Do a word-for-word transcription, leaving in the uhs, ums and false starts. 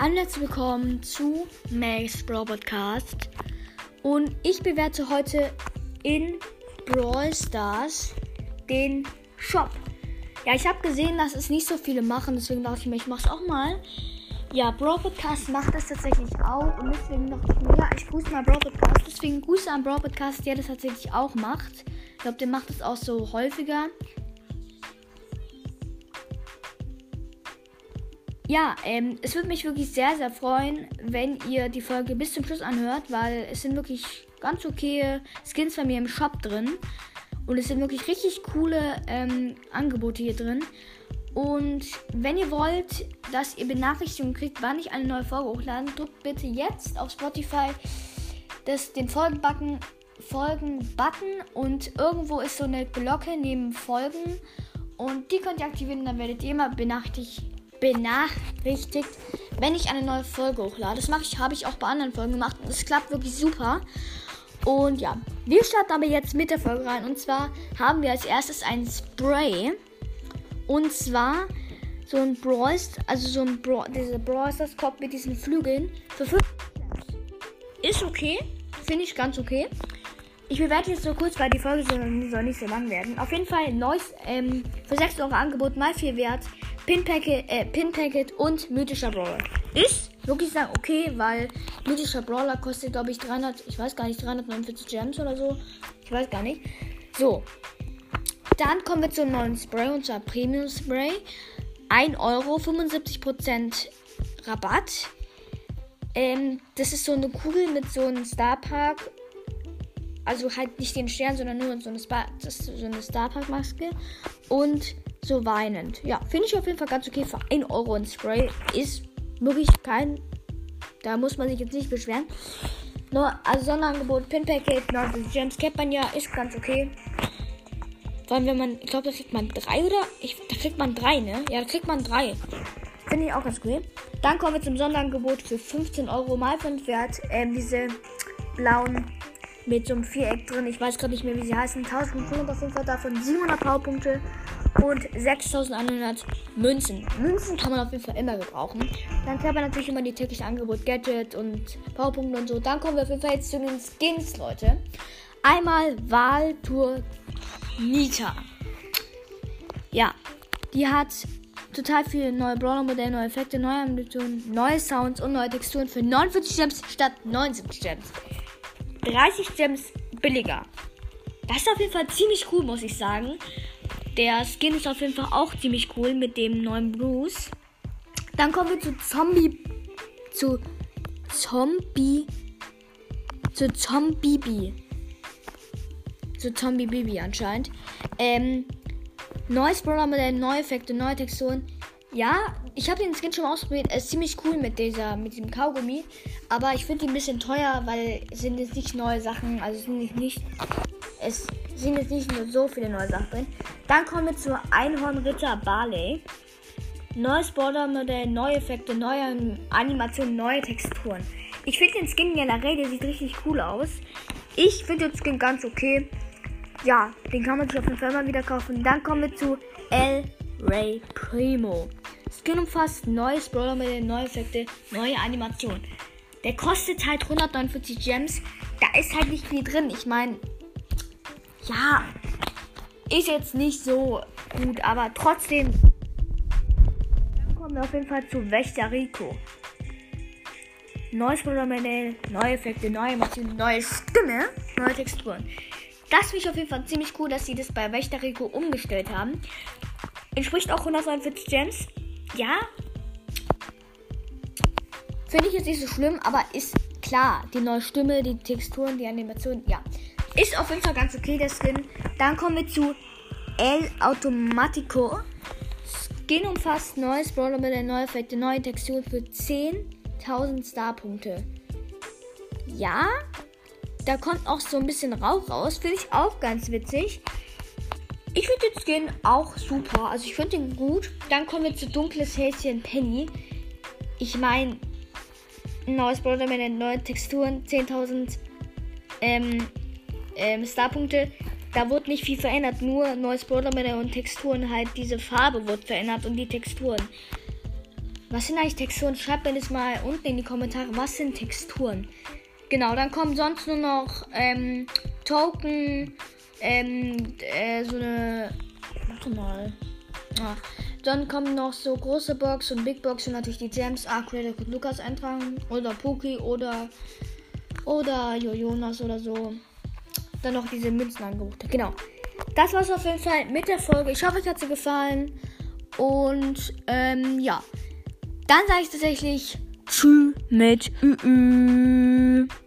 Hallo, herzlich willkommen zu Max Brawl Podcast. Und ich bewerte heute in Brawl Stars den Shop. Ja, ich habe gesehen, dass es nicht so viele machen, deswegen dachte ich mir, ich mache es auch mal. Ja, Brawl Podcast macht das tatsächlich auch und deswegen dachte ich mir, ja, ich grüße mal Brawl Podcast. Deswegen Grüße an Brawl Podcast, der das tatsächlich auch macht. Ich glaube, der macht das auch so häufiger. Ja, ähm, es würde mich wirklich sehr, sehr freuen, wenn ihr die Folge bis zum Schluss anhört, weil es sind wirklich ganz okay Skins bei mir im Shop drin. Und es sind wirklich richtig coole ähm, Angebote hier drin. Und wenn ihr wollt, dass ihr Benachrichtigungen kriegt, wann ich eine neue Folge hochlade, drückt bitte jetzt auf Spotify das, den Folgen-Button, Folgen-Button und irgendwo ist so eine Glocke neben Folgen. Und die könnt ihr aktivieren und dann werdet ihr immer benachrichtigt. benachrichtigt, wenn ich eine neue Folge hochlade. Das mache ich, habe ich auch bei anderen Folgen gemacht und es klappt wirklich super. Und ja, wir starten aber jetzt mit der Folge rein. Und zwar haben wir als erstes ein Spray. Und zwar so ein Brawl, also so ein Brawl, dieser Brawl Stars Kopf mit diesen Flügeln für fünf ist okay, finde ich ganz okay. Ich bewerte jetzt so kurz, weil die Folge soll, soll nicht so lang werden. Auf jeden Fall neues ähm, für sechs Euro Angebot, mal viel wert. Pin-Packet, äh, Pin-Packet und mythischer Brawler. Ist wirklich sagen okay, weil mythischer Brawler kostet, glaube ich, dreihundert, ich weiß gar nicht, dreihundertneunundvierzig Gems oder so. Ich weiß gar nicht. So. Dann kommen wir zum neuen Spray, und zwar Premium Spray. ein Euro, fünfundsiebzig Prozent Rabatt. Ähm, das ist so eine Kugel mit so einem Star Park. Also halt nicht den Stern, sondern nur so eine, Spa- das ist so eine Star Park Maske. Und so weinend. Ja, finde ich auf jeden Fall ganz okay. Für ein Euro ein Spray ist wirklich kein... Da muss man sich jetzt nicht beschweren. Nur, also Sonderangebot, Pin-Packet, neunundfünfzig Gems, kennt man ja, ist ganz okay. Vor allem, wenn man... Ich glaube, da kriegt man drei, oder? Ich, da kriegt man drei, ne? Ja, da kriegt man drei. Finde ich auch ganz cool. Dann kommen wir zum Sonderangebot für fünfzehn Euro mal fünf wert. Ähm, diese blauen... mit so einem Viereck drin. Ich weiß gerade nicht mehr, wie sie heißen. eintausendfünfhundert auf jeden Fall davon. siebenhundert Powerpunkte und sechstausendeinhundert Münzen. Münzen kann man auf jeden Fall immer gebrauchen. Dann kann man natürlich immer die tägliche Angebot Gadget und Powerpunkte und so. Dann kommen wir auf jeden Fall jetzt zu den Skins, Leute. Einmal Wahltour Nita. Ja, die hat total viele neue Brawler-Modelle, neue Effekte, neue Animationen, neue Sounds und neue Texturen für neunundvierzig Gems statt neunundsiebzig Gems. dreißig Gems billiger. Das ist auf jeden Fall ziemlich cool, muss ich sagen. Der Skin ist auf jeden Fall auch ziemlich cool mit dem neuen Bruce. Dann kommen wir zu Zombie. Zu Zombie. Zu Zombie. Zu Zombie Bibi anscheinend. Ähm. Neues Brawler-Modell, neue Effekte, neue Texturen. Ja, ich habe den Skin schon mal ausprobiert. Er ist ziemlich cool mit dieser, mit dem Kaugummi. Aber ich finde ihn ein bisschen teuer, weil es sind jetzt nicht neue Sachen. Also es sind nicht, nicht, es sind jetzt nicht nur so viele neue Sachen drin. Dann kommen wir zu Einhornritter Barley. Neues Border-Modell, neue Effekte, neue Animationen, neue Texturen. Ich finde den Skin generell, der sieht richtig cool aus. Ich finde den Skin ganz okay. Ja, den kann man sich auf jeden Fall immer wieder kaufen. Dann kommen wir zu El Rey Primo. Skin umfasst neues Brawler-Modell, neue Effekte, neue Animationen. Der kostet halt hundertneunundvierzig Gems. Da ist halt nicht viel drin. Ich meine, ja, ist jetzt nicht so gut, aber trotzdem. Dann kommen wir auf jeden Fall zu Wächter Rico. Neues Brawler-Modell, neue Effekte, neue Animationen, neue Stimme, neue Texturen. Das finde ich auf jeden Fall ziemlich cool, dass sie das bei Wächter Rico umgestellt haben. Entspricht auch hundertneunundvierzig Gems. Ja. Finde ich jetzt nicht so schlimm, aber ist klar. Die neue Stimme, die Texturen, die Animation, ja. Ist auf jeden Fall ganz okay, der Skin. Dann kommen wir zu El Automatico. Skin umfasst neues Brawler mit der neuen Effekte, neue Texturen für zehntausend Starpunkte. Ja. Da kommt auch so ein bisschen Rauch raus. Finde ich auch ganz witzig. Ich finde den Skin auch super. Also ich finde den gut. Dann kommen wir zu dunkles Häschen Penny. Ich meine, neues Brawler mit neuen Texturen, zehntausend ähm, ähm, Starpunkte. Da wurde nicht viel verändert. Nur neues Brawler mit und Texturen. Halt diese Farbe wurde verändert und die Texturen. Was sind eigentlich Texturen? Schreibt mir das mal unten in die Kommentare. Was sind Texturen? Genau, dann kommen sonst nur noch ähm, Token, ähm, äh, so eine. Warte mal. Ah. Dann kommen noch so große Box und Big Box und natürlich die Gems. Ah, Creator und Lukas eintragen. Oder Poki oder. Oder Jojonas oder so. Dann noch diese Münzenangebote. Genau. Das war's auf jeden Fall mit der Folge. Ich hoffe, euch hat sie gefallen. Und ähm, ja. Dann sage ich tatsächlich Tschüss mit Ü.